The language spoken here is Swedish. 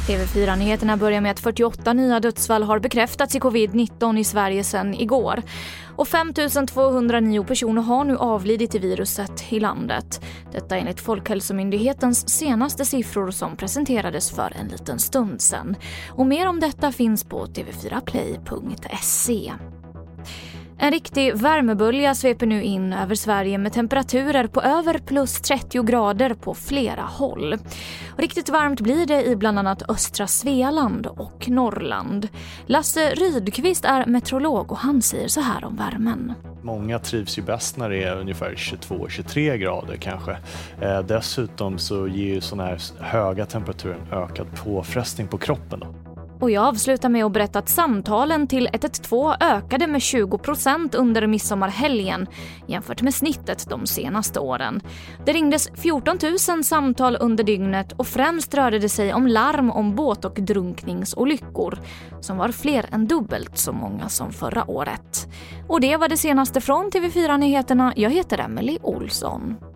TV4-nyheterna börjar med att 48 nya dödsfall har bekräftats i covid-19 i Sverige sedan igår. Och 5209 personer har nu avlidit i viruset i landet. Detta enligt Folkhälsomyndighetens senaste siffror som presenterades för en liten stund sedan. Och mer om detta finns på tv4play.se. En riktig värmebölja sveper nu in över Sverige med temperaturer på över plus 30 grader på flera håll. Och riktigt varmt blir det i bland annat östra Svealand och Norrland. Lasse Rydqvist är meteorolog och han säger så här om värmen. Många trivs ju bäst när det är ungefär 22-23 grader kanske. Dessutom så ger ju sådana här höga temperaturer en ökad påfrestning på kroppen då. Och jag avslutar med att berätta att samtalen till 112 ökade med 20% under midsommarhelgen jämfört med snittet de senaste åren. Det ringdes 14 000 samtal under dygnet och främst rörde det sig om larm om båt- och drunkningsolyckor som var fler än dubbelt så många som förra året. Och det var det senaste från TV4-nyheterna. Jag heter Emily Olsson.